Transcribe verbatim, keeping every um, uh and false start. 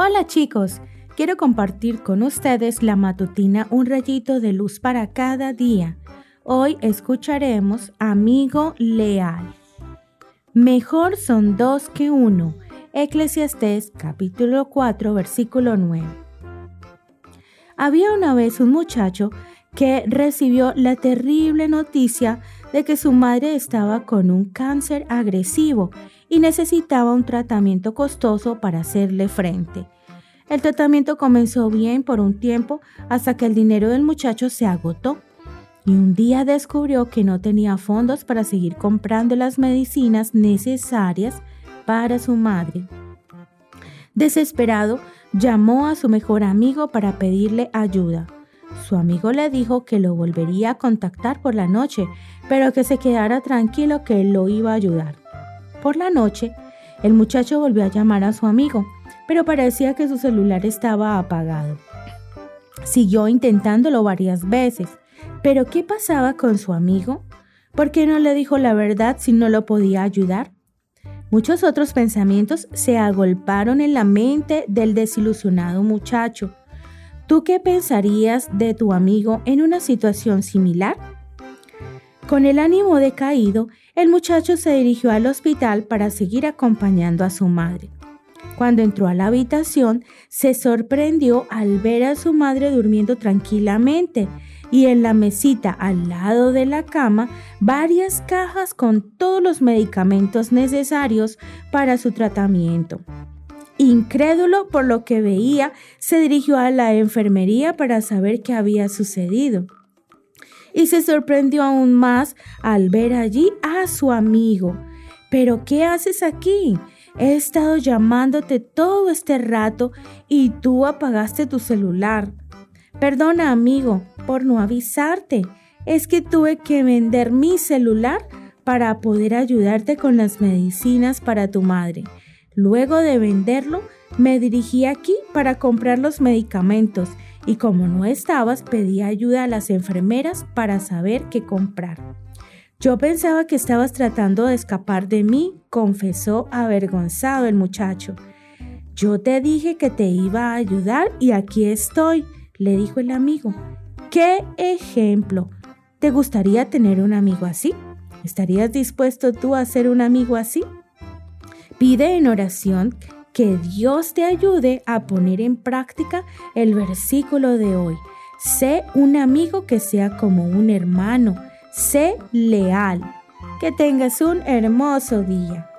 Hola chicos, quiero compartir con ustedes la matutina Un rayito de luz para cada día. Hoy escucharemos Amigo leal. Mejor son dos que uno. Eclesiastés capítulo cuatro versículo nueve. Había una vez un muchacho que recibió la terrible noticia de que su madre estaba con un cáncer agresivo y necesitaba un tratamiento costoso para hacerle frente. El tratamiento comenzó bien por un tiempo hasta que el dinero del muchacho se agotó y un día descubrió que no tenía fondos para seguir comprando las medicinas necesarias para su madre. Desesperado, llamó a su mejor amigo para pedirle ayuda. Su amigo le dijo que lo volvería a contactar por la noche, pero que se quedara tranquilo que él lo iba a ayudar. Por la noche, el muchacho volvió a llamar a su amigo, pero parecía que su celular estaba apagado. Siguió intentándolo varias veces, pero ¿qué pasaba con su amigo? ¿Por qué no le dijo la verdad si no lo podía ayudar? Muchos otros pensamientos se agolparon en la mente del desilusionado muchacho. ¿Tú qué pensarías de tu amigo en una situación similar? Con el ánimo decaído, el muchacho se dirigió al hospital para seguir acompañando a su madre. Cuando entró a la habitación, se sorprendió al ver a su madre durmiendo tranquilamente y en la mesita al lado de la cama varias cajas con todos los medicamentos necesarios para su tratamiento. Incrédulo por lo que veía, se dirigió a la enfermería para saber qué había sucedido. Y se sorprendió aún más al ver allí a su amigo. ¿Pero qué haces aquí? He estado llamándote todo este rato y tú apagaste tu celular. Perdona, amigo, por no avisarte. Es que tuve que vender mi celular para poder ayudarte con las medicinas para tu madre. Luego de venderlo, me dirigí aquí para comprar los medicamentos y como no estabas, pedí ayuda a las enfermeras para saber qué comprar. Yo pensaba que estabas tratando de escapar de mí, confesó avergonzado el muchacho. Yo te dije que te iba a ayudar y aquí estoy, le dijo el amigo. ¡Qué ejemplo! ¿Te gustaría tener un amigo así? ¿Estarías dispuesto tú a ser un amigo así? Pide en oración que Dios te ayude a poner en práctica el versículo de hoy. Sé un amigo que sea como un hermano. Sé leal. Que tengas un hermoso día.